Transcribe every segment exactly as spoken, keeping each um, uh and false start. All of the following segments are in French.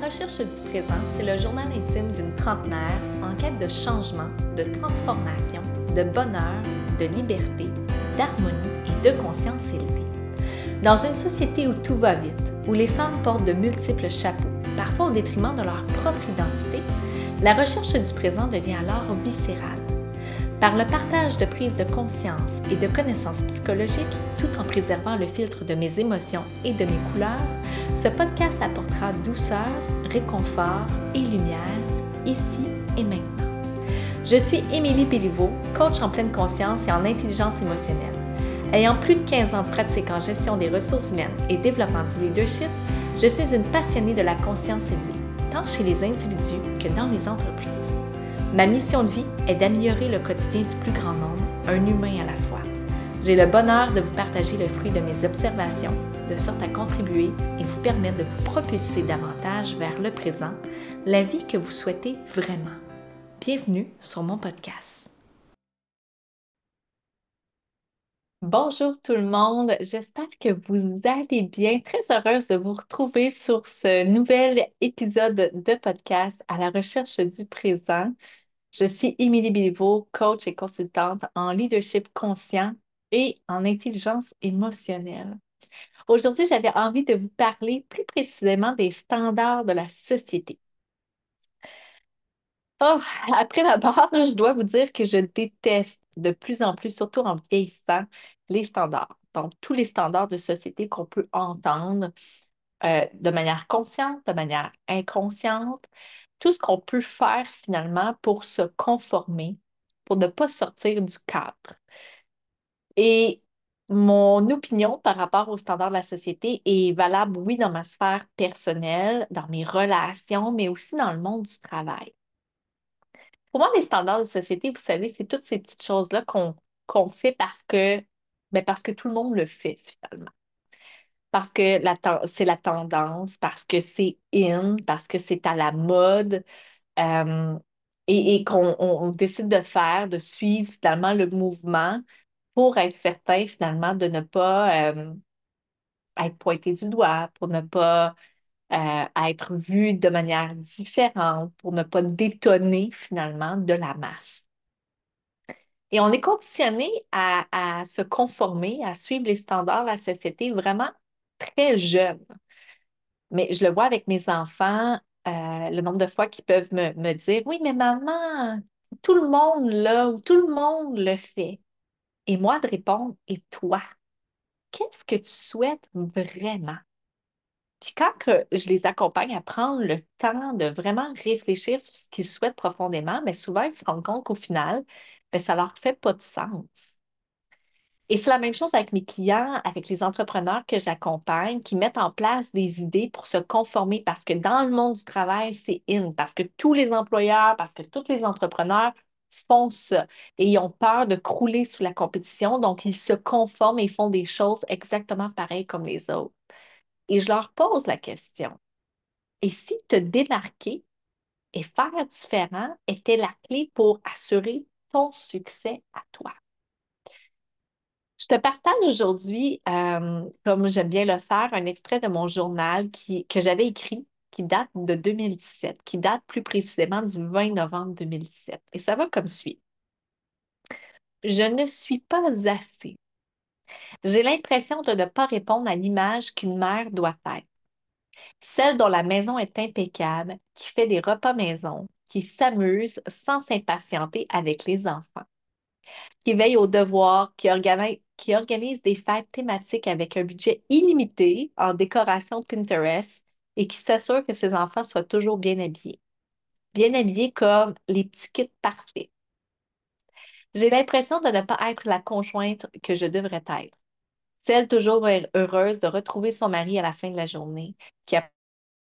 recherche du présent, c'est le journal intime d'une trentenaire en quête de changement, de transformation, de bonheur, de liberté, d'harmonie et de conscience élevée. Dans une société où tout va vite, où les femmes portent de multiples chapeaux, parfois au détriment de leur propre identité, la recherche du présent devient alors viscérale. Par le partage de prises de conscience et de connaissances psychologiques, tout en préservant le filtre de mes émotions et de mes couleurs, ce podcast apportera douceur, réconfort et lumière, ici et maintenant. Je suis Émilie Béliveau, coach en pleine conscience et en intelligence émotionnelle. Ayant plus de quinze ans de pratique en gestion des ressources humaines et développement du leadership, je suis une passionnée de la conscience élevée, tant chez les individus que dans les entreprises. Ma mission de vie est d'améliorer le quotidien du plus grand nombre, un humain à la fois. J'ai le bonheur de vous partager le fruit de mes observations, de sorte à contribuer et vous permettre de vous propulser davantage vers le présent, la vie que vous souhaitez vraiment. Bienvenue sur mon podcast. Bonjour tout le monde, j'espère que vous allez bien. Très heureuse de vous retrouver sur ce nouvel épisode de podcast à la recherche du présent. Je suis Émilie Béliveau, coach et consultante en leadership conscient et en intelligence émotionnelle. Aujourd'hui, j'avais envie de vous parler plus précisément des standards de la société. Oh, après ma part, je dois vous dire que je déteste de plus en plus, surtout en vieillissant, les standards. Donc, tous les standards de société qu'on peut entendre euh, de manière consciente, de manière inconsciente, tout ce qu'on peut faire finalement pour se conformer, pour ne pas sortir du cadre. Et mon opinion par rapport aux standards de la société est valable, oui, dans ma sphère personnelle, dans mes relations, mais aussi dans le monde du travail. Pour moi, les standards de société, vous savez, c'est toutes ces petites choses-là qu'on qu'on fait parce que, ben parce que tout le monde le fait finalement. Parce que la ten- c'est la tendance, parce que c'est in, parce que c'est à la mode, euh, et, et qu'on on- on décide de faire, de suivre finalement le mouvement pour être certain finalement de ne pas euh, être pointé du doigt, pour ne pas euh, être vu de manière différente, pour ne pas détonner finalement de la masse. Et on est conditionné à, à se conformer, à suivre les standards de la société vraiment très jeune. Mais je le vois avec mes enfants, euh, le nombre de fois qu'ils peuvent me, me dire, oui, mais maman, tout le monde là, ou tout le monde le fait. Et moi de répondre, et toi, qu'est-ce que tu souhaites vraiment? Puis quand que je les accompagne à prendre le temps de vraiment réfléchir sur ce qu'ils souhaitent profondément, mais souvent ils se rendent compte qu'au final, ben, ça leur fait pas de sens. Et c'est la même chose avec mes clients, avec les entrepreneurs que j'accompagne, qui mettent en place des idées pour se conformer parce que dans le monde du travail, c'est in, parce que tous les employeurs, parce que tous les entrepreneurs font ça et ils ont peur de crouler sous la compétition, donc ils se conforment et font des choses exactement pareilles comme les autres. Et je leur pose la question, et si te démarquer et faire différent était la clé pour assurer ton succès à toi? Je te partage aujourd'hui, euh, comme j'aime bien le faire, un extrait de mon journal qui, que j'avais écrit, qui date de deux mille dix-sept, qui date plus précisément du vingt novembre deux mille dix-sept. Et ça va comme suit. Je ne suis pas assez. J'ai l'impression de ne pas répondre à l'image qu'une mère doit être. Celle dont la maison est impeccable, qui fait des repas maison, qui s'amuse sans s'impatienter avec les enfants, qui veille aux devoirs, qui organise, qui organise des fêtes thématiques avec un budget illimité en décoration Pinterest et qui s'assure que ses enfants soient toujours bien habillés. Bien habillés comme les petits kits parfaits. J'ai l'impression de ne pas être la conjointe que je devrais être. Celle toujours heureuse de retrouver son mari à la fin de la journée, qui a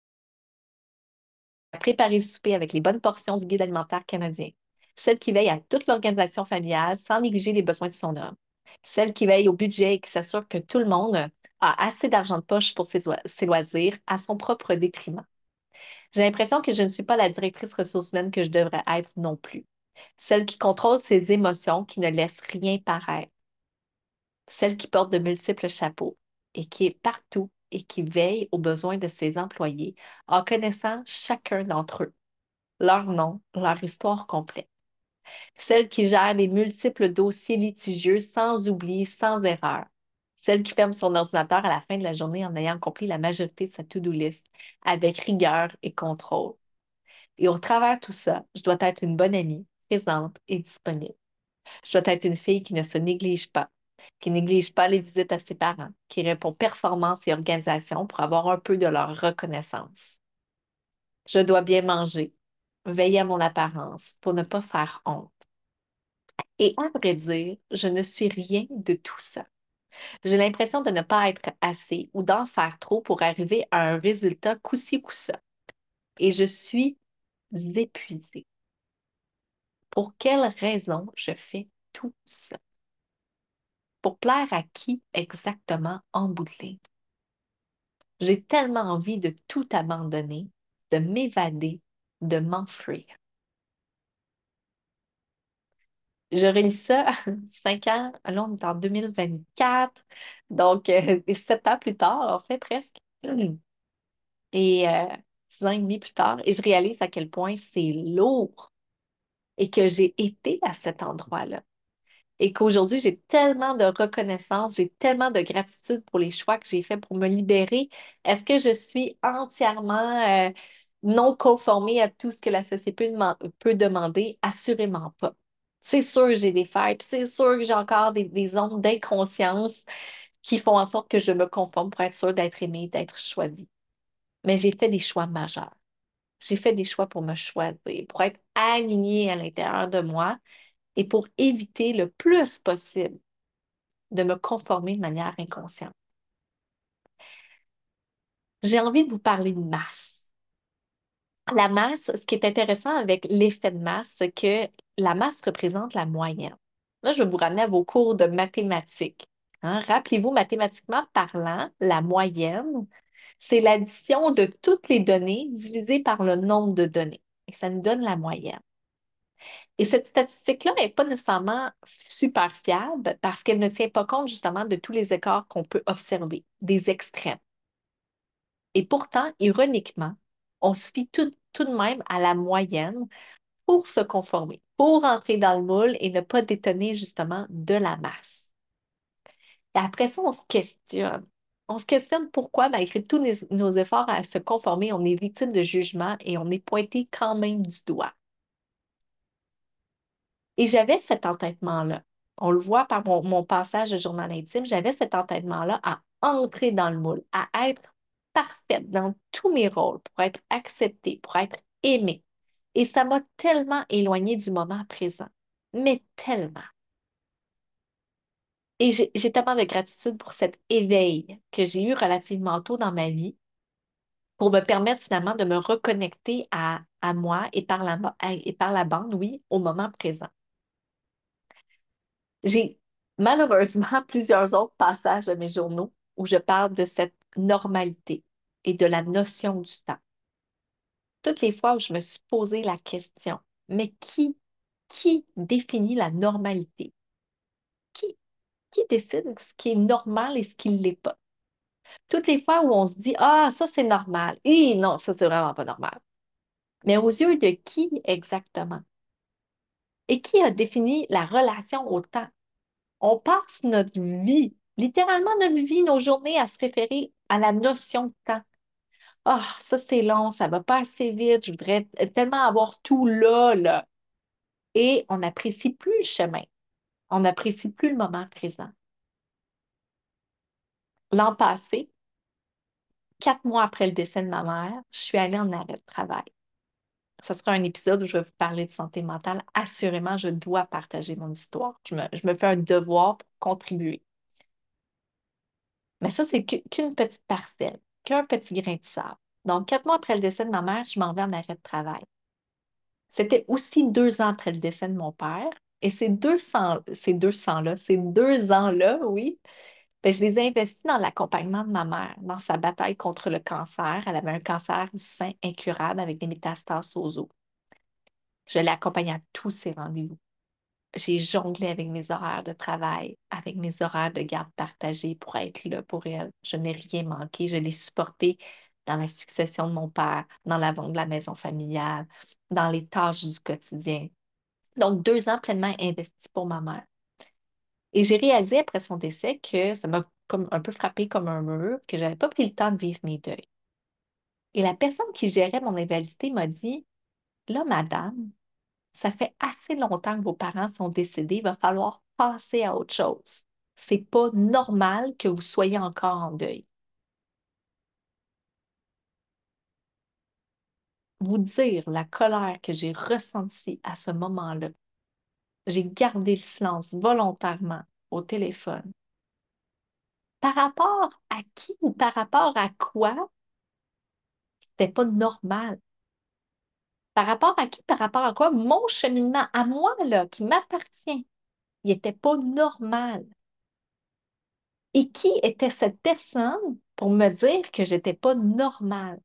préparé le souper avec les bonnes portions du guide alimentaire canadien. Celle qui veille à toute l'organisation familiale sans négliger les besoins de son homme. Celle qui veille au budget et qui s'assure que tout le monde a assez d'argent de poche pour ses, oi- ses loisirs à son propre détriment. J'ai l'impression que je ne suis pas la directrice ressources humaines que je devrais être non plus. Celle qui contrôle ses émotions, qui ne laisse rien paraître. Celle qui porte de multiples chapeaux et qui est partout et qui veille aux besoins de ses employés en connaissant chacun d'entre eux, leur nom, leur histoire complète. Celle qui gère les multiples dossiers litigieux sans oubli, sans erreur. Celle qui ferme son ordinateur à la fin de la journée en ayant accompli la majorité de sa to-do list avec rigueur et contrôle. Et au travers de tout ça, je dois être une bonne amie, présente et disponible. Je dois être une fille qui ne se néglige pas, qui néglige pas les visites à ses parents, qui répond performance et organisation pour avoir un peu de leur reconnaissance. Je dois bien manger, veiller à mon apparence pour ne pas faire honte. Et à vrai dire, je ne suis rien de tout ça. J'ai l'impression de ne pas être assez ou d'en faire trop pour arriver à un résultat coup-ci, coup-ça. Et je suis épuisée. Pour quelle raison je fais tout ça? Pour plaire à qui exactement en bout de ligne? J'ai tellement envie de tout abandonner, de m'évader, de m'enfuir. Je relis ça cinq ans, là on est en deux mille vingt-quatre, donc euh, sept ans plus tard, en fait presque, et euh, six ans et demi plus tard, et je réalise à quel point c'est lourd et que j'ai été à cet endroit-là. Et qu'aujourd'hui, j'ai tellement de reconnaissance, j'ai tellement de gratitude pour les choix que j'ai faits pour me libérer. Est-ce que je suis entièrement euh, non conformée à tout ce que la société peut, deman- peut demander? Assurément pas. C'est sûr que j'ai des failles, puis c'est sûr que j'ai encore des, des ondes d'inconscience qui font en sorte que je me conforme pour être sûre d'être aimée, d'être choisie. Mais j'ai fait des choix majeurs. J'ai fait des choix pour me choisir, pour être alignée à l'intérieur de moi et pour éviter le plus possible de me conformer de manière inconsciente. J'ai envie de vous parler de masse. La masse, ce qui est intéressant avec l'effet de masse, c'est que la masse représente la moyenne. Là, je vais vous ramener à vos cours de mathématiques. Hein. Rappelez-vous, mathématiquement parlant, la moyenne, c'est l'addition de toutes les données divisées par le nombre de données. Et ça nous donne la moyenne. Et cette statistique-là n'est pas nécessairement super fiable parce qu'elle ne tient pas compte justement de tous les écarts qu'on peut observer, des extrêmes. Et pourtant, ironiquement, on se fie tout, tout de même à la moyenne pour se conformer, pour entrer dans le moule et ne pas détonner justement de la masse. Et après ça, on se questionne. On se questionne pourquoi, malgré tous nos, nos efforts à se conformer, on est victime de jugement et on est pointé quand même du doigt. Et j'avais cet entêtement-là. On le voit par mon, mon passage de journal intime, j'avais cet entêtement-là à entrer dans le moule, à être parfaite dans tous mes rôles, pour être acceptée, pour être aimée. Et ça m'a tellement éloignée du moment présent, mais tellement. Et j'ai j'ai tellement de gratitude pour cet éveil que j'ai eu relativement tôt dans ma vie pour me permettre finalement de me reconnecter à, à moi et par la, et par la bande, oui, au moment présent. J'ai malheureusement plusieurs autres passages de mes journaux où je parle de cette normalité et de la notion du temps. Toutes les fois où je me suis posé la question, mais qui, qui définit la normalité? Qui, qui décide ce qui est normal et ce qui ne l'est pas? Toutes les fois où on se dit, ah, ça c'est normal, et non, ça c'est vraiment pas normal. Mais aux yeux de qui exactement? Et qui a défini la relation au temps? On passe notre vie, littéralement notre vie, nos journées à se référer à la notion de temps. Ah, ça c'est long, ça va pas assez vite, je voudrais tellement avoir tout là, là. Et on n'apprécie plus le chemin, on n'apprécie plus le moment présent. L'an passé, quatre mois après le décès de ma mère, je suis allée en arrêt de travail. Ce sera un épisode où je vais vous parler de santé mentale. Assurément, je dois partager mon histoire. Je me, je me fais un devoir pour contribuer. Mais ça, c'est qu'u- qu'une petite parcelle, qu'un petit grain de sable. Donc, quatre mois après le décès de ma mère, je m'en vais en arrêt de travail. C'était aussi deux ans après le décès de mon père. Et ces deux cents, ces deux cents-là, ces deux ans-là, oui, ben, je les ai investis dans l'accompagnement de ma mère, dans sa bataille contre le cancer. Elle avait un cancer du sein incurable avec des métastases aux os. Je l'ai accompagnée à tous ses rendez-vous. J'ai jonglé avec mes horaires de travail, avec mes horaires de garde partagée pour être là pour elle. Je n'ai rien manqué. Je l'ai supportée dans la succession de mon père, dans la vente de la maison familiale, dans les tâches du quotidien. Donc, deux ans pleinement investis pour ma mère. Et j'ai réalisé après son décès que ça m'a comme un peu frappé comme un mur, que j'avais pas pris le temps de vivre mes deuils. Et la personne qui gérait mon invalidité m'a dit, là, madame, ça fait assez longtemps que vos parents sont décédés, il va falloir passer à autre chose. C'est pas normal que vous soyez encore en deuil. Vous dire la colère que j'ai ressentie à ce moment-là, j'ai gardé le silence volontairement au téléphone. Par rapport à qui ou par rapport à quoi, c'était pas normal. Par rapport à qui, par rapport à quoi, mon cheminement à moi, là, qui m'appartient, il n'était pas normal. Et qui était cette personne pour me dire que j'étais pas normale?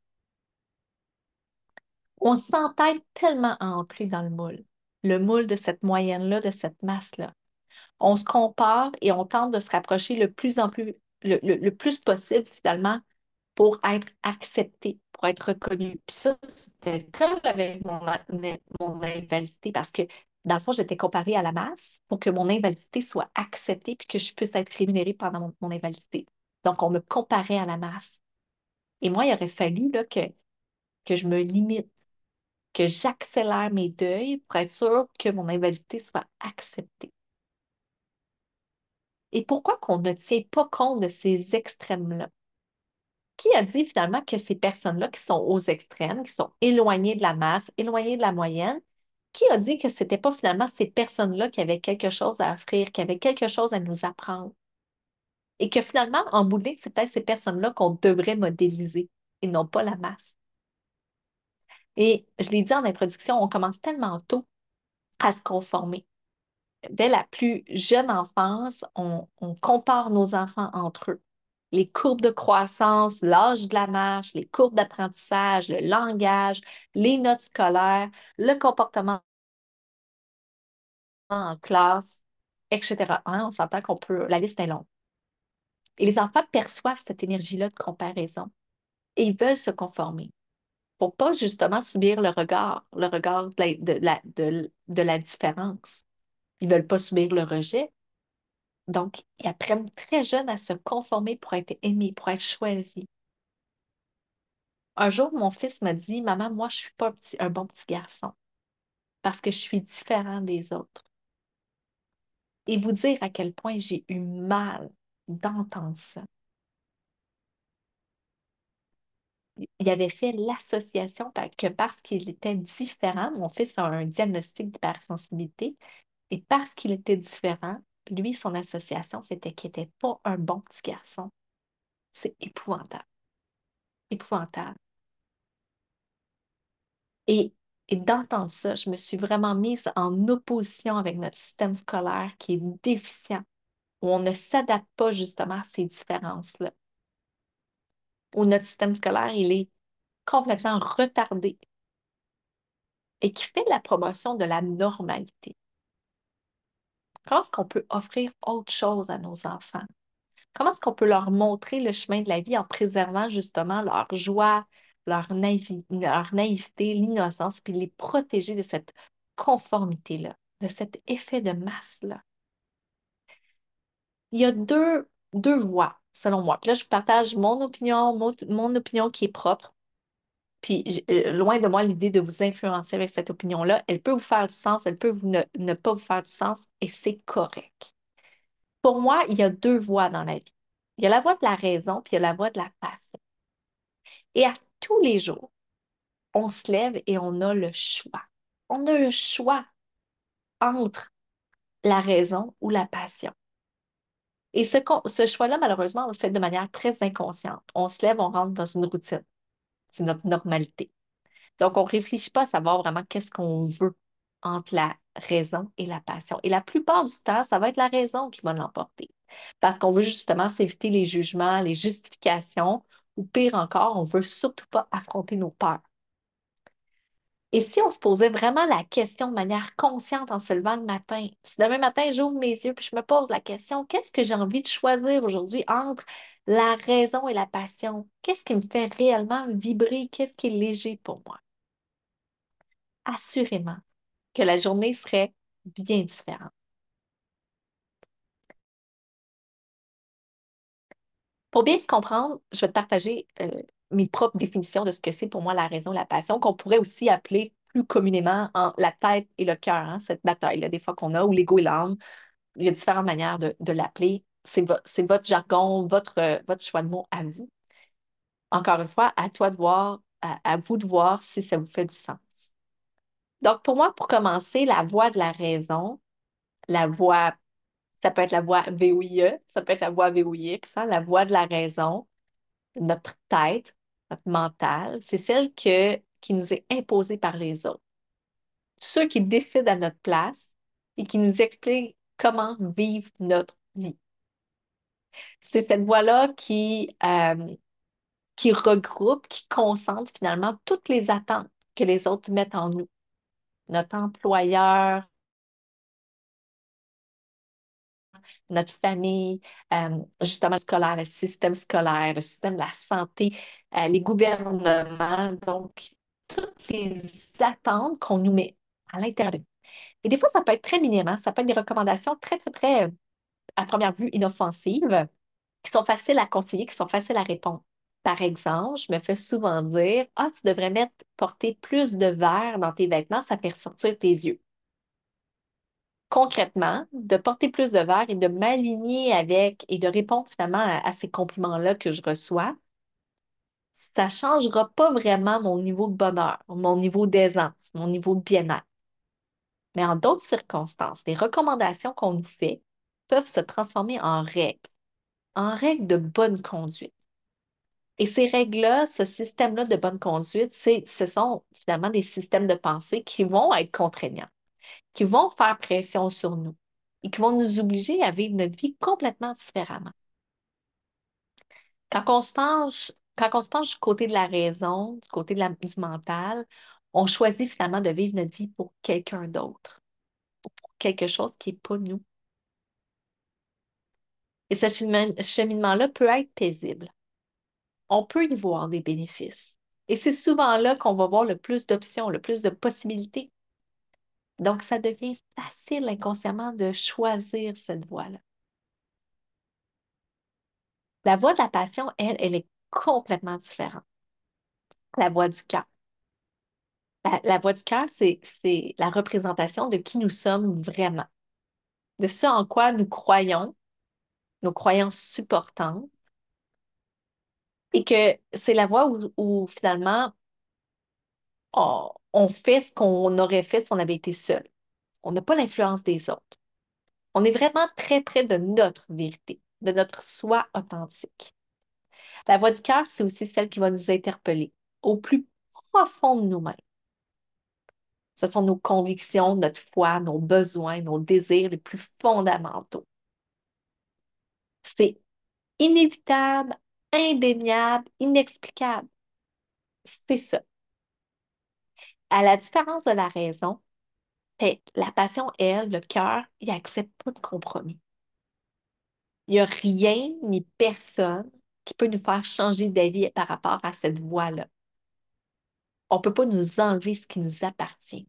On s'entête tellement à entrer dans le moule, le moule de cette moyenne-là, de cette masse-là. On se compare et on tente de se rapprocher le plus en plus, le, le- le plus possible finalement pour être accepté, pour être reconnu. Puis ça, c'était le cas avec mon, a- mon invalidité parce que dans le fond, j'étais comparée à la masse pour que mon invalidité soit acceptée puis que je puisse être rémunérée pendant mon, mon invalidité. Donc, on me comparait à la masse. Et moi, il aurait fallu là, que, que je me limite, que j'accélère mes deuils pour être sûre que mon invalidité soit acceptée. Et pourquoi qu'on ne tient pas compte de ces extrêmes-là? Qui a dit finalement que ces personnes-là qui sont aux extrêmes, qui sont éloignées de la masse, éloignées de la moyenne, qui a dit que ce n'était pas finalement ces personnes-là qui avaient quelque chose à offrir, qui avaient quelque chose à nous apprendre? Et que finalement, en bout de ligne, c'est peut-être ces personnes-là qu'on devrait modéliser et non pas la masse. Et je l'ai dit en introduction, on commence tellement tôt à se conformer. Dès la plus jeune enfance, on, on compare nos enfants entre eux. Les courbes de croissance, l'âge de la marche, les courbes d'apprentissage, le langage, les notes scolaires, le comportement en classe, et cetera. Hein, on s'entend qu'on peut, la liste est longue. Et les enfants perçoivent cette énergie-là de comparaison et ils veulent se conformer pour pas justement subir le regard, le regard de la, de la, de- de la différence. Ils veulent pas subir le rejet. Donc, ils apprennent très jeunes à se conformer pour être aimés, pour être choisis. Un jour, mon fils m'a dit, Maman, moi, je suis pas un petit- un bon petit garçon parce que je suis différent des autres. Et vous dire à quel point j'ai eu mal d'entendre ça. Il avait fait l'association par- que parce qu'il était différent, mon fils a un diagnostic d'hypersensibilité, et parce qu'il était différent, lui, son association, c'était qu'il n'était pas un bon petit garçon. C'est épouvantable, épouvantable. Et, et d'entendre ça, je me suis vraiment mise en opposition avec notre système scolaire qui est déficient, où on ne s'adapte pas justement à ces différences-là, où notre système scolaire, il est complètement retardé et qui fait la promotion de la normalité. Comment est-ce qu'on peut offrir autre chose à nos enfants? Comment est-ce qu'on peut leur montrer le chemin de la vie en préservant justement leur joie, leur, naïvi- leur naïveté, l'innocence, puis les protéger de cette conformité-là, de cet effet de masse-là? Il y a deux, deux voies, selon moi. Puis là, je partage mon opinion, mon, mon opinion qui est propre. Puis, j- euh, loin de moi l'idée de vous influencer avec cette opinion-là. Elle peut vous faire du sens, elle peut vous ne, ne pas vous faire du sens, et c'est correct. Pour moi, il y a deux voies dans la vie. Il y a la voie de la raison, puis il y a la voie de la passion. Et à tous les jours, on se lève et on a le choix. On a le choix entre la raison ou la passion. Et ce, qu'on- ce choix-là, malheureusement, on le fait de manière très inconsciente. On se lève, on rentre dans une routine. C'est notre normalité. Donc, on ne réfléchit pas à savoir vraiment qu'est-ce qu'on veut entre la raison et la passion. Et la plupart du temps, ça va être la raison qui va l'emporter. Parce qu'on veut justement s'éviter les jugements, les justifications, ou pire encore, on ne veut surtout pas affronter nos peurs. Et si on se posait vraiment la question de manière consciente en se levant le matin, si demain matin j'ouvre mes yeux puis je me pose la question, qu'est-ce que j'ai envie de choisir aujourd'hui entre la raison et la passion? Qu'est-ce qui me fait réellement vibrer? Qu'est-ce qui est léger pour moi? Assurément que la journée serait bien différente. Pour bien se comprendre, je vais te partager euh, mes propres définitions de ce que c'est pour moi la raison, la passion, qu'on pourrait aussi appeler plus communément en la tête et le cœur, hein, cette bataille-là, des fois qu'on a, ou l'ego et l'âme. Il y a différentes manières de, de l'appeler. C'est vo- c'est votre jargon, votre, euh, votre choix de mots à vous. Encore une fois, à toi de voir, à, à vous de voir si ça vous fait du sens. Donc, pour moi, pour commencer, la voix de la raison, la voix, ça peut être la voix V O I E, ça peut être la voix V O I X, hein, la voix de la raison, notre tête, notre mental, c'est celle que, qui nous est imposée par les autres. Ceux qui décident à notre place et qui nous expliquent comment vivre notre vie. C'est cette voix-là qui, euh, qui regroupe, qui concentre finalement toutes les attentes que les autres mettent en nous. Notre employeur, notre famille, euh, justement le scolaire, le système scolaire, le système de la santé, euh, les gouvernements, donc toutes les attentes qu'on nous met à l'intérieur de nous. Et des fois, ça peut être très minime, hein. Ça peut être des recommandations très, très, très, euh, à première vue, inoffensives, qui sont faciles à conseiller, qui sont faciles à répondre. Par exemple, je me fais souvent dire, ah, tu devrais mettre, porter plus de verre dans tes vêtements, ça fait ressortir tes yeux. Concrètement, de porter plus de verre et de m'aligner avec et de répondre finalement à, à ces compliments-là que je reçois, ça ne changera pas vraiment mon niveau de bonheur, mon niveau d'aisance, mon niveau de bien-être. Mais en d'autres circonstances, les recommandations qu'on nous fait peuvent se transformer en règles, en règles de bonne conduite. Et ces règles-là, ce système-là de bonne conduite, c'est, ce sont finalement des systèmes de pensée qui vont être contraignants, qui vont faire pression sur nous et qui vont nous obliger à vivre notre vie complètement différemment. Quand on se penche, quand on se penche du côté de la raison, du côté de la- du mental, on choisit finalement de vivre notre vie pour quelqu'un d'autre, quelque chose qui n'est pas nous. Et ce chemin- cheminement-là peut être paisible. On peut y voir des bénéfices. Et c'est souvent là qu'on va voir le plus d'options, le plus de possibilités. Donc, ça devient facile inconsciemment de choisir cette voie-là. La voie de la passion, elle, elle est complètement différente. La voie du cœur. La, la voie du cœur, c'est, c'est la représentation de qui nous sommes vraiment, de ce en quoi nous croyons, nos croyances supportantes, et que c'est la voie où, où finalement on, on fait ce qu'on aurait fait si on avait été seul. On n'a pas l'influence des autres. On est vraiment très près de notre vérité, de notre soi authentique. La voix du cœur, c'est aussi celle qui va nous interpeller au plus profond de nous-mêmes. Ce sont nos convictions, notre foi, nos besoins, nos désirs les plus fondamentaux. C'est inévitable, indéniable, inexplicable. C'est ça. À la différence de la raison, ben, la passion, elle, le cœur, il n'accepte pas de compromis. Il n'y a rien ni personne qui peut nous faire changer d'avis par rapport à cette voie-là. On ne peut pas nous enlever ce qui nous appartient.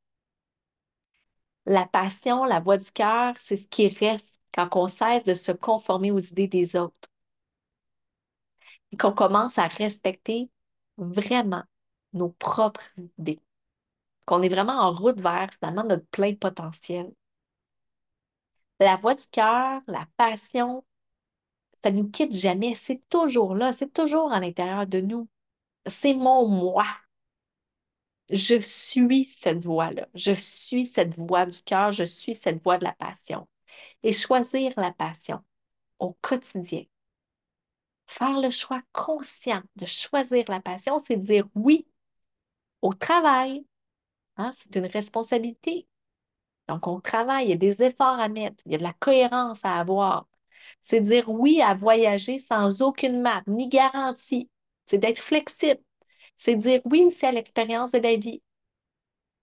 La passion, la voix du cœur, c'est ce qui reste quand on cesse de se conformer aux idées des autres et qu'on commence à respecter vraiment nos propres idées, qu'on est vraiment en route vers finalement notre plein potentiel. La voix du cœur, la passion, ça ne nous quitte jamais, c'est toujours là, c'est toujours à l'intérieur de nous. C'est mon moi. Je suis cette voix-là. Je suis cette voix du cœur. Je suis cette voix de la passion. Et choisir la passion au quotidien, faire le choix conscient de choisir la passion, c'est dire oui au travail. Hein, c'est une responsabilité. Donc, on travaille, il y a des efforts à mettre, il y a de la cohérence à avoir. C'est dire oui à voyager sans aucune map, ni garantie. C'est d'être flexible. C'est dire oui aussi à l'expérience de la vie.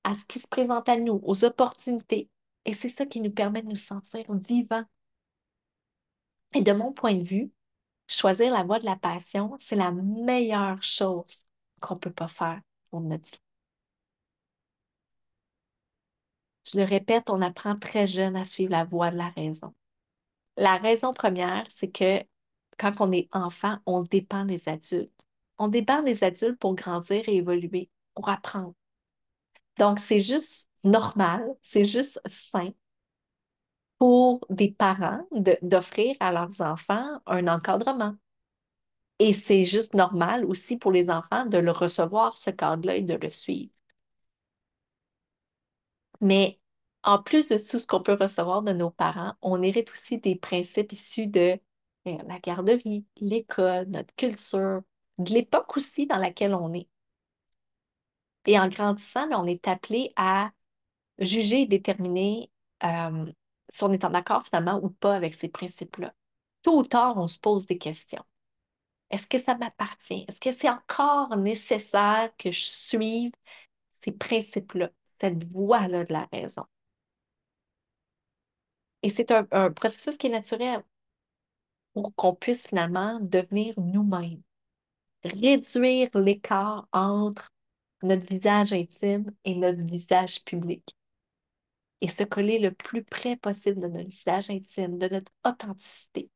à ce qui se présente à nous, aux opportunités. Et c'est ça qui nous permet de nous sentir vivants. Et de mon point de vue, choisir la voie de la passion, c'est la meilleure chose qu'on ne peut pas faire pour notre vie. Je le répète, on apprend très jeune à suivre la voie de la raison. La raison première, c'est que quand on est enfant, on dépend des adultes. On dépend des adultes pour grandir et évoluer, pour apprendre. Donc, c'est juste normal, c'est juste sain pour des parents de- d'offrir à leurs enfants un encadrement. Et c'est juste normal aussi pour les enfants de le recevoir, ce cadre-là, et de le suivre. Mais en plus de tout ce qu'on peut recevoir de nos parents, on hérite aussi des principes issus de euh, la garderie, l'école, notre culture, de l'époque aussi dans laquelle on est. Et en grandissant, ben, on est appelé à juger et déterminer euh, si on est en accord finalement ou pas avec ces principes-là. Tôt ou tard, on se pose des questions. Est-ce que ça m'appartient? Est-ce que c'est encore nécessaire que je suive ces principes-là, cette voie-là de la raison? Et c'est un, un processus qui est naturel pour qu'on puisse finalement devenir nous-mêmes, réduire l'écart entre notre visage intime et notre visage public et se coller le plus près possible de notre visage intime, de notre authenticité.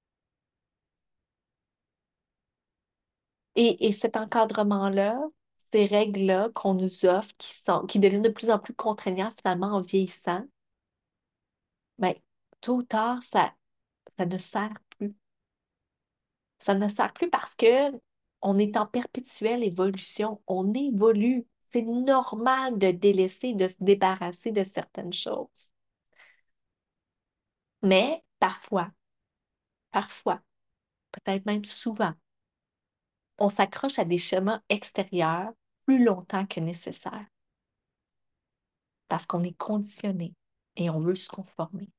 Et, et cet encadrement-là, ces règles-là qu'on nous offre, qui sont, qui deviennent de plus en plus contraignantes finalement en vieillissant, ben, tôt ou tard, ça, ça ne sert plus. Ça ne sert plus parce que on est en perpétuelle évolution. On évolue. C'est normal de délaisser, de se débarrasser de certaines choses. Mais parfois, parfois, peut-être même souvent, on s'accroche à des schémas extérieurs plus longtemps que nécessaire parce qu'on est conditionné et on veut se conformer.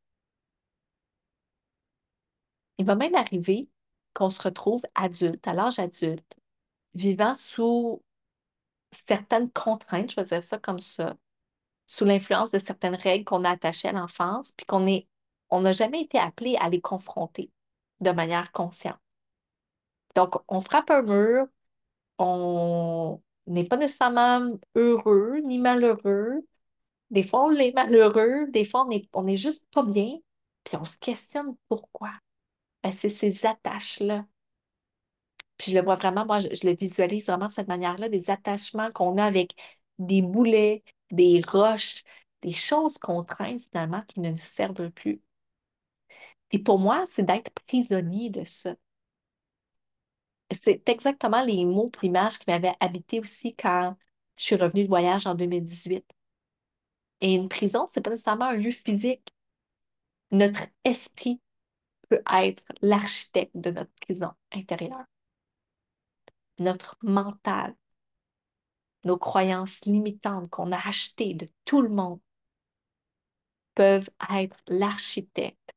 Il va même arriver qu'on se retrouve adulte, à l'âge adulte, vivant sous certaines contraintes, je vais dire ça comme ça, sous l'influence de certaines règles qu'on a attachées à l'enfance, puis qu'on est, on n'a jamais été appelé à les confronter de manière consciente. Donc, on frappe un mur, on n'est pas nécessairement heureux ni malheureux. Des fois, on est malheureux, des fois, on est, on est juste pas bien, puis on se questionne pourquoi. Ben, c'est ces attaches-là. Puis je le vois vraiment, moi, je, je le visualise vraiment de cette manière-là, des attachements qu'on a avec des boulets, des roches, des choses qu'on traîne finalement qui ne nous servent plus. Et pour moi, c'est d'être prisonnier de ça. C'est exactement les mots et l'image qui m'avaient habité aussi quand je suis revenue de voyage en deux mille dix-huit. Et une prison, c'est pas nécessairement un lieu physique. Notre esprit peut être l'architecte de notre prison intérieure. Notre mental, nos croyances limitantes qu'on a achetées de tout le monde peuvent être l'architecte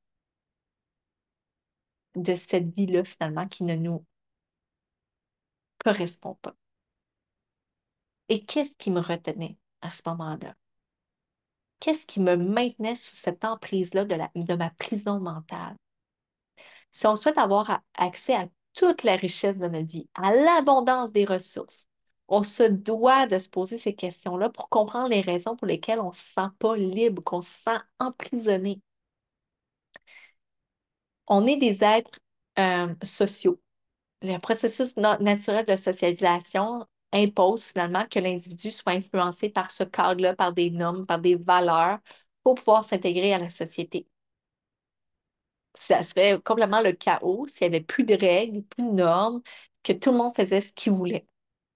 de cette vie-là finalement qui ne nous correspond pas. Et qu'est-ce qui me retenait à ce moment-là? Qu'est-ce qui me maintenait sous cette emprise-là de, la, de ma prison mentale? Si on souhaite avoir a- accès à toute la richesse de notre vie, à l'abondance des ressources, on se doit de se poser ces questions-là pour comprendre les raisons pour lesquelles on ne se sent pas libre, qu'on se sent emprisonné. On est des êtres euh, sociaux. Le processus na- naturel de socialisation impose finalement que l'individu soit influencé par ce cadre-là, par des normes, par des valeurs pour pouvoir s'intégrer à la société. Ça serait complètement le chaos s'il n'y avait plus de règles, plus de normes, que tout le monde faisait ce qu'il voulait.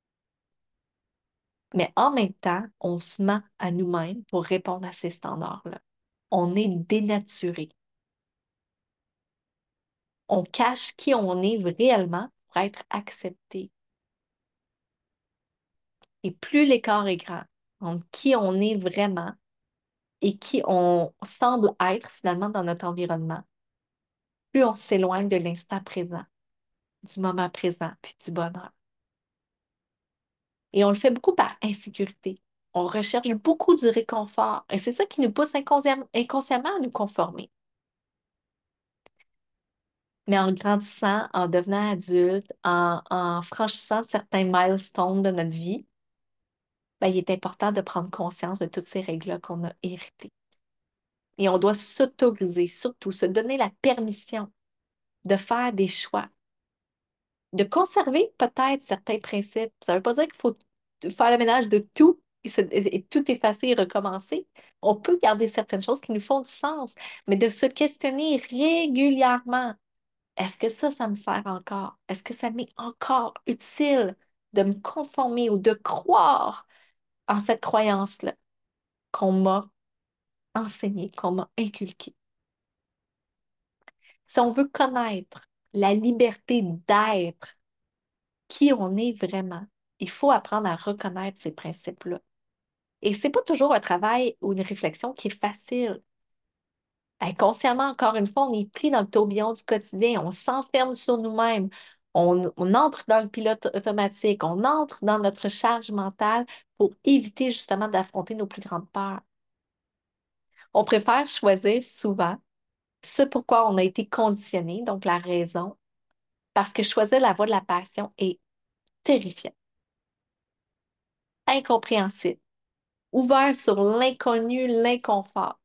Mais en même temps, on se ment à nous-mêmes pour répondre à ces standards-là. On est dénaturé. On cache qui on est réellement pour être accepté. Et plus l'écart est grand entre qui on est vraiment et qui on semble être finalement dans notre environnement, plus on s'éloigne de l'instant présent, du moment présent, puis du bonheur. Et on le fait beaucoup par insécurité. On recherche beaucoup du réconfort et c'est ça qui nous pousse inconsciem- inconsciemment à nous conformer. Mais en grandissant, en devenant adulte, en, en franchissant certains milestones de notre vie, ben, il est important de prendre conscience de toutes ces règles-là qu'on a héritées. Et on doit s'autoriser, surtout se donner la permission de faire des choix, de conserver peut-être certains principes. Ça ne veut pas dire qu'il faut faire le ménage de tout et, se- et tout effacer et recommencer. On peut garder certaines choses qui nous font du sens, mais de se questionner régulièrement. Est-ce que ça, ça me sert encore? Est-ce que ça m'est encore utile de me conformer ou de croire en cette croyance-là qu'on m'a enseignée, qu'on m'a inculquée? Si on veut connaître la liberté d'être qui on est vraiment, il faut apprendre à reconnaître ces principes-là. Et c'est pas toujours un travail ou une réflexion qui est facile. Inconsciemment, encore une fois, on est pris dans le tourbillon du quotidien, on s'enferme sur nous-mêmes, on, on entre dans le pilote automatique, on entre dans notre charge mentale pour éviter justement d'affronter nos plus grandes peurs. On préfère choisir souvent ce pourquoi on a été conditionné, donc la raison, parce que choisir la voie de la passion est terrifiant, incompréhensible, ouvert sur l'inconnu, l'inconfort.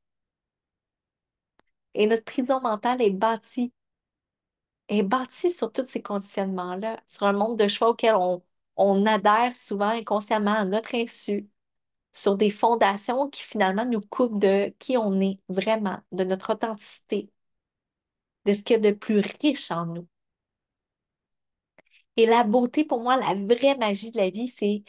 Et notre prison mentale est bâtie est bâti sur tous ces conditionnements-là, sur un monde de choix auquel on, on adhère souvent inconsciemment à notre insu, sur des fondations qui finalement nous coupent de qui on est vraiment, de notre authenticité, de ce qu'il y a de plus riche en nous. Et la beauté, pour moi, la vraie magie de la vie, c'est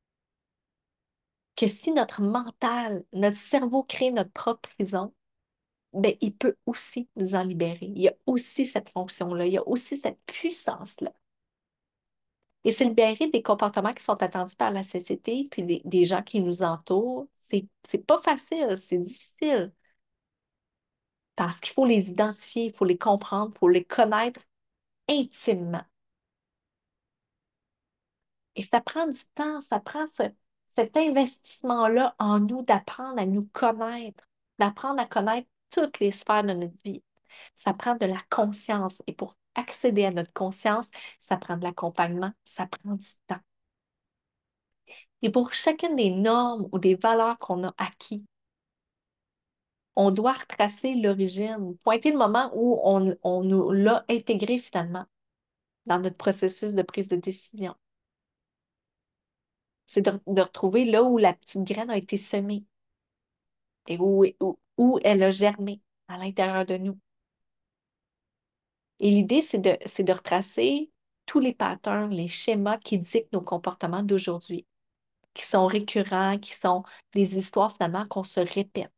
que si notre mental, notre cerveau crée notre propre prison, ben, il peut aussi nous en libérer. Il y a aussi cette fonction-là, il y a aussi cette puissance-là. Et se libérer des comportements qui sont attendus par la société, puis des, des gens qui nous entourent, c'est, c'est pas facile, c'est difficile. Parce qu'il faut les identifier, il faut les comprendre, il faut les connaître intimement. Et ça prend du temps, ça prend ce- cet investissement-là en nous d'apprendre à nous connaître, d'apprendre à connaître toutes les sphères de notre vie. Ça prend de la conscience. Et pour accéder à notre conscience, ça prend de l'accompagnement, ça prend du temps. Et pour chacune des normes ou des valeurs qu'on a acquis, on doit retracer l'origine, pointer le moment où on, on nous l'a intégré finalement dans notre processus de prise de décision. C'est de, de retrouver là où la petite graine a été semée et où, où, où elle a germé à l'intérieur de nous. Et l'idée, c'est de, c'est de retracer tous les patterns, les schémas qui dictent nos comportements d'aujourd'hui, qui sont récurrents, qui sont des histoires finalement qu'on se répète.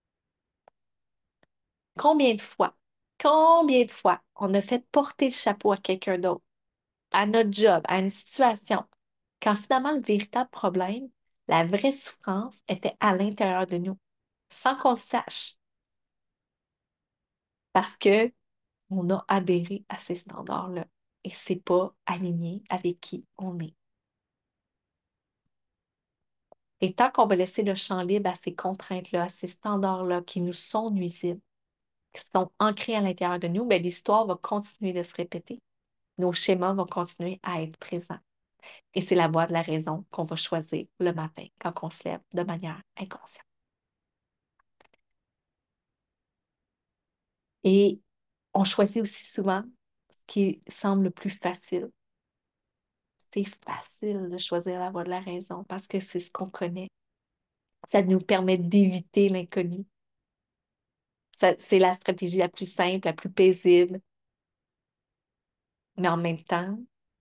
Combien de fois, combien de fois on a fait porter le chapeau à quelqu'un d'autre, à notre job, à une situation, quand finalement le véritable problème, la vraie souffrance était à l'intérieur de nous, sans qu'on le sache, parce que on a adhéré à ces standards-là et c'est pas aligné avec qui on est. Et tant qu'on va laisser le champ libre à ces contraintes-là, à ces standards-là qui nous sont nuisibles, qui sont ancrés à l'intérieur de nous, ben, l'histoire va continuer de se répéter. Nos schémas vont continuer à être présents. Et c'est la voie de la raison qu'on va choisir le matin quand on se lève de manière inconsciente. Et on choisit aussi souvent ce qui semble le plus facile. C'est facile de choisir la voie de la raison parce que c'est ce qu'on connaît. Ça nous permet d'éviter l'inconnu. Ça- C'est la stratégie la plus simple, la plus paisible, mais en même temps,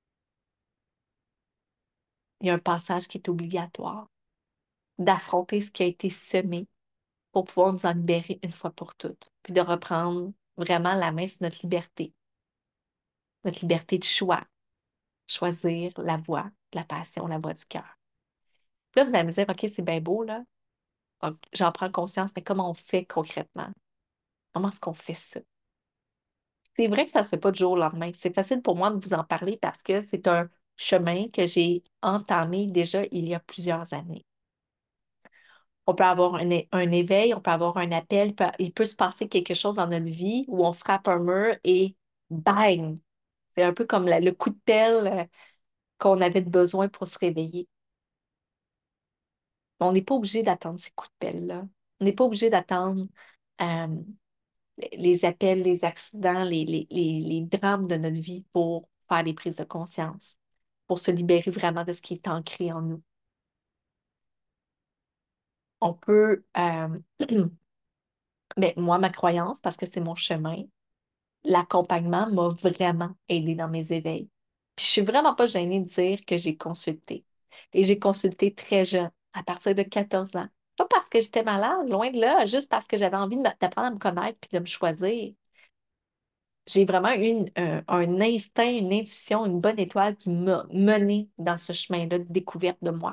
il y a un passage qui est obligatoire, d'affronter ce qui a été semé pour pouvoir nous en libérer une fois pour toutes, puis de reprendre vraiment la main sur notre liberté, notre liberté de choix, choisir la voie de la passion, la voie du cœur. Puis là, vous allez me dire, OK, c'est bien beau, là. Donc, j'en prends conscience, mais comment on fait concrètement? Comment est-ce qu'on fait ça? C'est vrai que ça ne se fait pas du jour au lendemain. C'est facile pour moi de vous en parler parce que c'est un chemin que j'ai entamé déjà il y a plusieurs années. On peut avoir un, é- un éveil, on peut avoir un appel, il peut, il peut se passer quelque chose dans notre vie où on frappe un mur et bang! C'est un peu comme la- le coup de pelle euh, qu'on avait de besoin pour se réveiller. On n'est pas obligé d'attendre ces coups de pelle-là. On n'est pas obligé d'attendre euh, les appels, les accidents, les, les, les, les drames de notre vie pour faire des prises de conscience, pour se libérer vraiment de ce qui est ancré en nous. On peut, euh, mais moi, ma croyance, parce que c'est mon chemin, l'accompagnement m'a vraiment aidé dans mes éveils. Puis je suis vraiment pas gênée de dire que j'ai consulté. Et j'ai consulté très jeune, à partir de quatorze ans. Pas parce que j'étais malade, loin de là, juste parce que j'avais envie de me- d'apprendre à me connaître puis de me choisir. J'ai vraiment eu une- un, un instinct, une intuition, une bonne étoile qui m'a menée dans ce chemin-là de découverte de moi.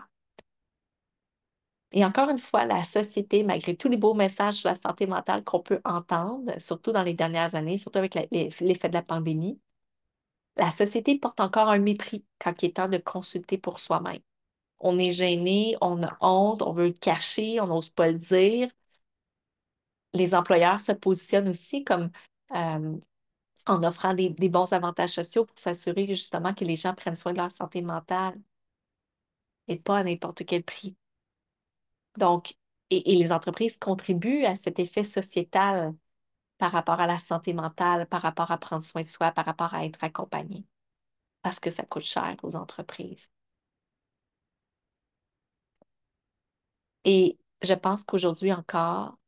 Et encore une fois, la société, malgré tous les beaux messages sur la santé mentale qu'on peut entendre, surtout dans les dernières années, surtout avec la- les- l'effet de la pandémie, la société porte encore un mépris quand il est temps de consulter pour soi-même. On est gêné, on a honte, on veut le cacher, on n'ose pas le dire. Les employeurs se positionnent aussi comme euh, en offrant des, des bons avantages sociaux pour s'assurer justement que les gens prennent soin de leur santé mentale et pas à n'importe quel prix. Donc, et, et les entreprises contribuent à cet effet sociétal par rapport à la santé mentale, par rapport à prendre soin de soi, par rapport à être accompagné, parce que ça coûte cher aux entreprises. Et je pense qu'aujourd'hui encore,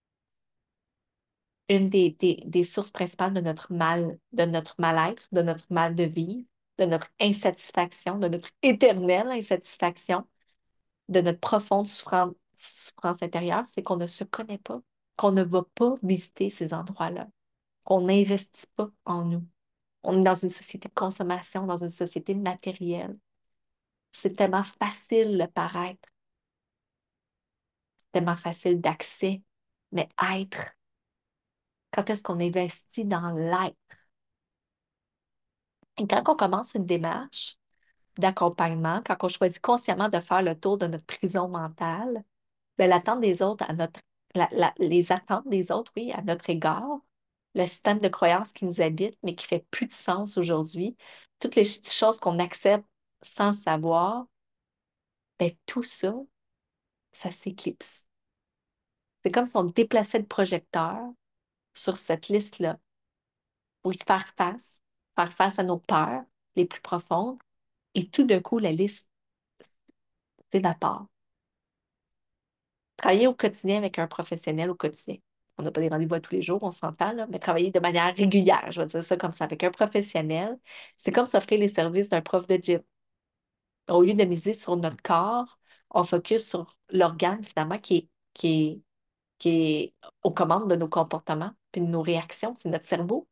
une des, des, des sources principales de notre mal, de notre mal-être, de notre mal de vivre, de notre insatisfaction, de notre éternelle insatisfaction, de notre profonde souffrance, souffrance intérieure, c'est qu'on ne se connaît pas, qu'on ne va pas visiter ces endroits-là, qu'on n'investit pas en nous. On est dans une société de consommation, dans une société matérielle. C'est tellement facile le paraître, c'est tellement facile d'accès, mais être, quand est-ce qu'on investit dans l'être? Et quand on commence une démarche d'accompagnement, quand on choisit consciemment de faire le tour de notre prison mentale, ben, l'attente des autres à notre, la- la- les attentes des autres, oui, à notre égard, le système de croyances qui nous habite, mais qui fait plus de sens aujourd'hui, toutes les ch- choses qu'on accepte sans savoir, ben, tout ça, ça s'éclipse. C'est comme si on déplaçait le projecteur sur cette liste-là pour y faire face, faire face à nos peurs les plus profondes, et tout d'un coup, la liste s'évapore. Travailler au quotidien avec un professionnel au quotidien. On n'a pas des rendez-vous à tous les jours, on s'entend, là, mais travailler de manière régulière, je vais dire ça comme ça, avec un professionnel, c'est comme s'offrir les services d'un prof de gym. Au lieu de miser sur notre corps, on focus sur l'organe finalement qui est, qui est, qui est aux commandes de nos comportements puis de nos réactions, c'est notre cerveau.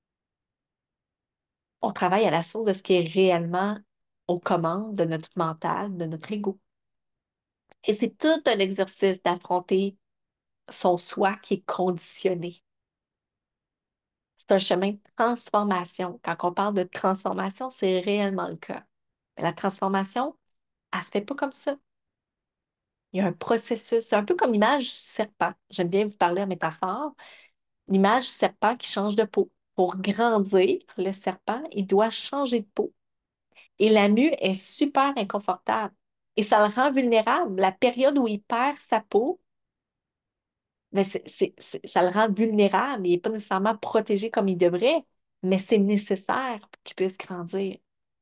On travaille à la source de ce qui est réellement aux commandes de notre mental, de notre ego. Et c'est tout un exercice d'affronter son soi qui est conditionné. C'est un chemin de transformation. Quand on parle de transformation, c'est réellement le cas. Mais la transformation, elle ne se fait pas comme ça. Il y a un processus. C'est un peu comme l'image du serpent. J'aime bien vous parler en métaphore. L'image du serpent qui change de peau. Pour grandir, le serpent, il doit changer de peau. Et la mue est super inconfortable. Et ça le rend vulnérable. La période où il perd sa peau, ben c'est, c'est- c'est- ça le rend vulnérable. Il n'est pas nécessairement protégé comme il devrait, mais c'est nécessaire pour qu'il puisse grandir.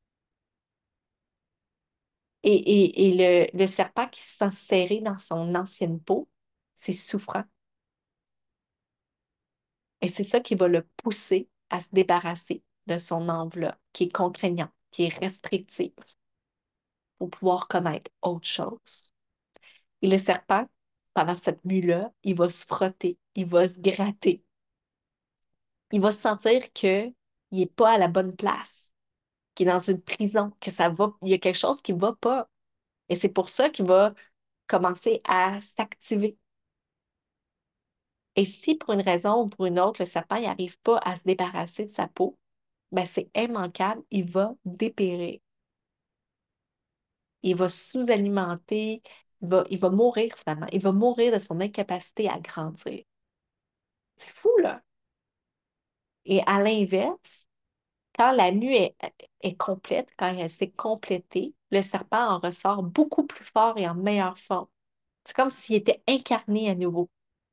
Et, et, et le, le serpent qui se sent serré dans son ancienne peau, c'est souffrant. Et c'est ça qui va le pousser à se débarrasser de son enveloppe, qui est contraignant, qui est restrictive, pour pouvoir connaître autre chose. Et le serpent, pendant cette mue-là, il va se frotter, il va se gratter. Il va sentir qu'il n'est pas à la bonne place, qu'il est dans une prison, que ça va, il y a quelque chose qui ne va pas. Et c'est pour ça qu'il va commencer à s'activer. Et si pour une raison ou pour une autre, le serpent n'arrive pas à se débarrasser de sa peau, ben c'est immanquable, il va dépérir. Il va sous-alimenter, Il va, il va mourir finalement. Il va mourir de son incapacité à grandir. C'est fou, là. Et à l'inverse, quand la mue est, est complète, quand elle s'est complétée, le serpent en ressort beaucoup plus fort et en meilleure forme. C'est comme s'il était incarné à nouveau.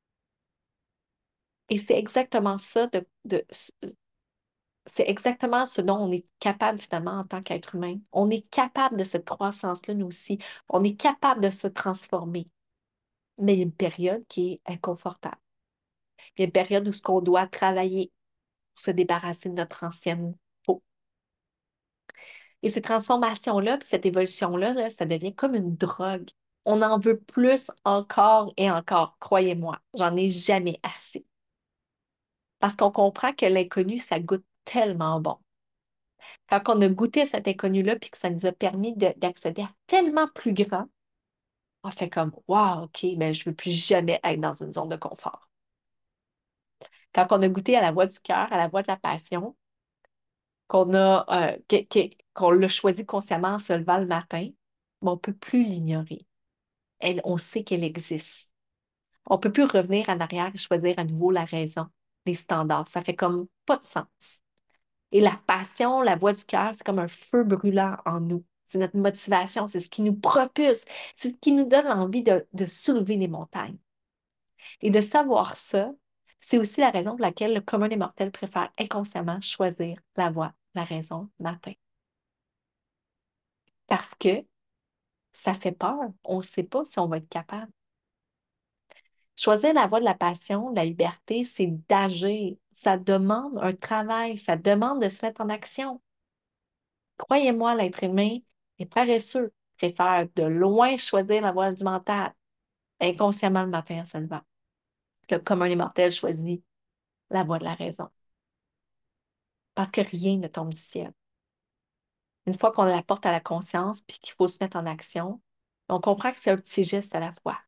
Et c'est exactement ça de, de- c'est exactement ce dont on est capable finalement en tant qu'être humain. On est capable de cette croissance-là, nous aussi. On est capable de se transformer. Mais il y a une période qui est inconfortable. Il y a une période où ce qu'on doit travailler pour se débarrasser de notre ancienne peau. Et ces transformations-là, puis cette évolution-là, là, ça devient comme une drogue. On en veut plus encore et encore, croyez-moi. J'en ai jamais assez. Parce qu'on comprend que l'inconnu, ça goûte tellement bon. Quand on a goûté à cet inconnu-là, puis que ça nous a permis de- d'accéder à tellement plus grand, on fait comme, wow, OK, mais je ne veux plus jamais être dans une zone de confort. Quand on a goûté à la voix du cœur, à la voix de la passion, qu'on a, euh, que- que- qu'on l'a choisi consciemment en se levant le matin, ben, on ne peut plus l'ignorer. Elle, on sait qu'elle existe. On ne peut plus revenir en arrière et choisir à nouveau la raison, les standards. Ça fait comme pas de sens. Et la passion, la voix du cœur, c'est comme un feu brûlant en nous. C'est notre motivation, c'est ce qui nous propulse, c'est ce qui nous donne l'envie de, de soulever les montagnes. Et de savoir ça, c'est aussi la raison pour laquelle le commun des mortels préfère inconsciemment choisir la voie, la raison matin. Parce que ça fait peur. On ne sait pas si on va être capable. Choisir la voie de la passion, de la liberté, c'est d'agir. Ça demande un travail, ça demande de se mettre en action. Croyez-moi, l'être humain est paresseux, préfère de loin choisir la voie du mental, inconsciemment le matin en se levant. Le commun des mortels choisit la voie de la raison. Parce que rien ne tombe du ciel. Une fois qu'on la porte à la conscience puis qu'il faut se mettre en action, on comprend que c'est un petit geste à la fois.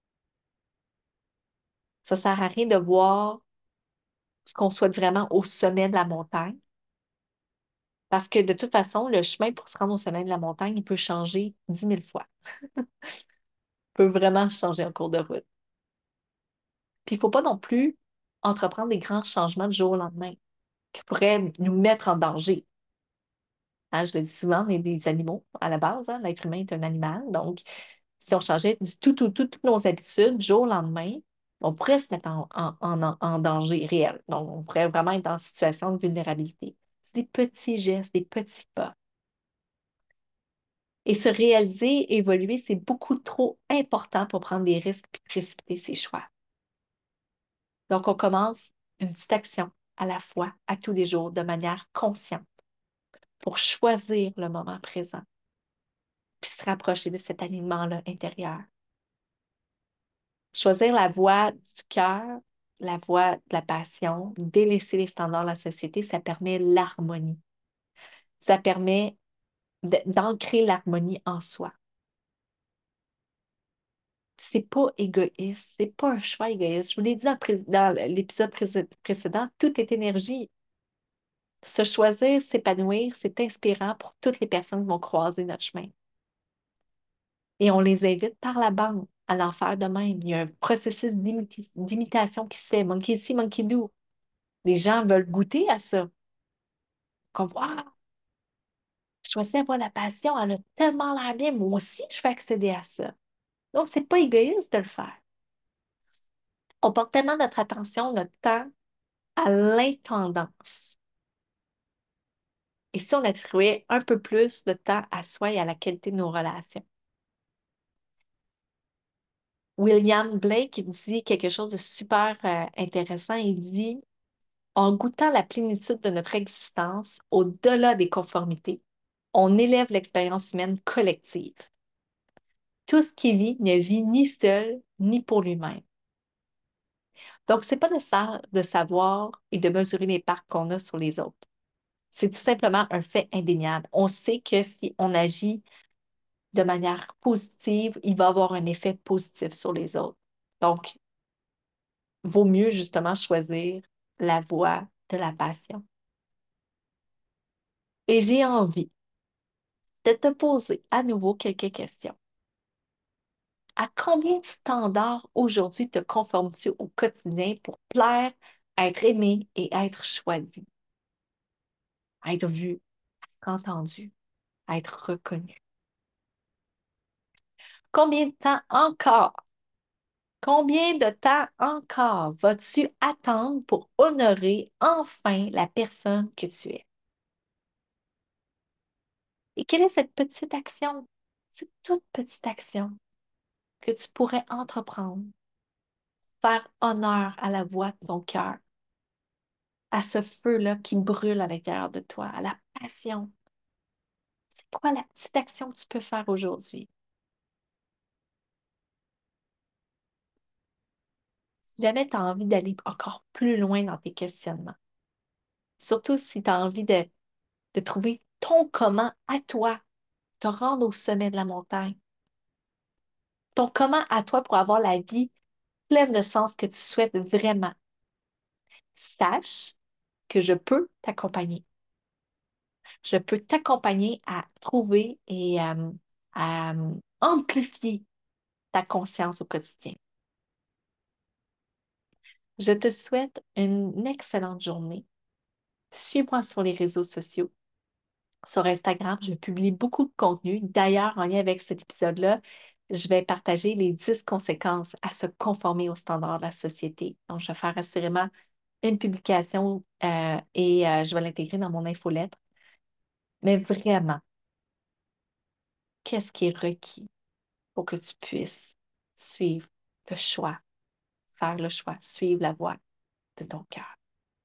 Ça ne sert à rien de voir ce qu'on souhaite vraiment au sommet de la montagne, parce que de toute façon, le chemin pour se rendre au sommet de la montagne, il peut changer dix mille fois. Il peut vraiment changer en cours de route. Puis il ne faut pas non plus entreprendre des grands changements du jour au lendemain qui pourraient nous mettre en danger. Hein, je le dis souvent, on est des animaux à la base, hein. L'être humain est un animal. Donc, si on changeait du tout, tout, tout, toutes nos habitudes du jour au lendemain, on pourrait se mettre en, en, en, en danger réel. Donc, on pourrait vraiment être en situation de vulnérabilité. C'est des petits gestes, des petits pas. Et se réaliser, évoluer, c'est beaucoup trop important pour prendre des risques et précipiter ses choix. Donc, on commence une petite action à la fois, à tous les jours, de manière consciente, pour choisir le moment présent, puis se rapprocher de cet alignement-là intérieur. Choisir la voie du cœur, la voie de la passion, délaisser les standards de la société, ça permet l'harmonie. Ça permet de- d'ancrer l'harmonie en soi. C'est pas égoïste, c'est pas un choix égoïste. Je vous l'ai dit dans le pré- dans l'épisode pré- précédent, tout est énergie. Se choisir, s'épanouir, c'est inspirant pour toutes les personnes qui vont croiser notre chemin. Et on les invite par la bande à l'en faire de même. Il y a un processus d'imiti- d'imitation qui se fait, monkey see, monkey do. Les gens veulent goûter à ça. Comme, waouh, je choisis avoir la passion, elle a tellement l'air bien, moi aussi, je vais accéder à ça. Donc, c'est pas égoïste de le faire. On porte tellement notre attention, notre temps à l'intendance. Et si on attribuait un peu plus de temps à soi et à la qualité de nos relations? William Blake il dit quelque chose de super euh, intéressant. Il dit, en goûtant la plénitude de notre existence, au-delà des conformités, on élève l'expérience humaine collective. Tout ce qui vit ne vit ni seul ni pour lui-même. Donc, c'est pas nécessaire de savoir et de mesurer l'impact qu'on a sur les autres. C'est tout simplement un fait indéniable. On sait que si on agit de manière positive, il va avoir un effet positif sur les autres. Donc, vaut mieux justement choisir la voie de la passion. Et j'ai envie de te poser à nouveau quelques questions. À combien de standards aujourd'hui te conformes-tu au quotidien pour plaire, être aimé et être choisi, être vu, être entendu, être reconnu? Combien de temps encore, combien de temps encore vas-tu attendre pour honorer enfin la personne que tu es? Et quelle est cette petite action, cette toute petite action que tu pourrais entreprendre, faire honneur à la voix de ton cœur, à ce feu-là qui brûle à l'intérieur de toi, à la passion? C'est quoi la petite action que tu peux faire aujourd'hui? Si jamais tu as envie d'aller encore plus loin dans tes questionnements, surtout si tu as envie de, de trouver ton comment à toi, te rendre au sommet de la montagne, ton comment à toi pour avoir la vie pleine de sens que tu souhaites vraiment, sache que je peux t'accompagner. Je peux t'accompagner à trouver et euh, à euh, amplifier ta conscience au quotidien. Je te souhaite une excellente journée. Suis-moi sur les réseaux sociaux. Sur Instagram, je publie beaucoup de contenu. D'ailleurs, en lien avec cet épisode-là, je vais partager les dix conséquences à se conformer aux standards de la société. Donc, je vais faire assurément une publication euh, et euh, je vais l'intégrer dans mon infolettre. Mais vraiment, qu'est-ce qui est requis pour que tu puisses suivre le choix, faire le choix, suivre la voie de ton cœur?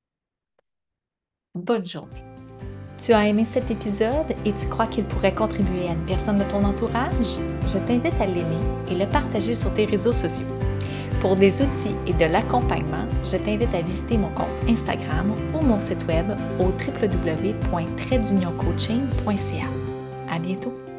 Bonne journée. Tu as aimé cet épisode et tu crois qu'il pourrait contribuer à une personne de ton entourage? Je t'invite à l'aimer et le partager sur tes réseaux sociaux. Pour des outils et de l'accompagnement, je t'invite à visiter mon compte Instagram ou mon site web au w w w point trait d'union coaching point c a. À bientôt!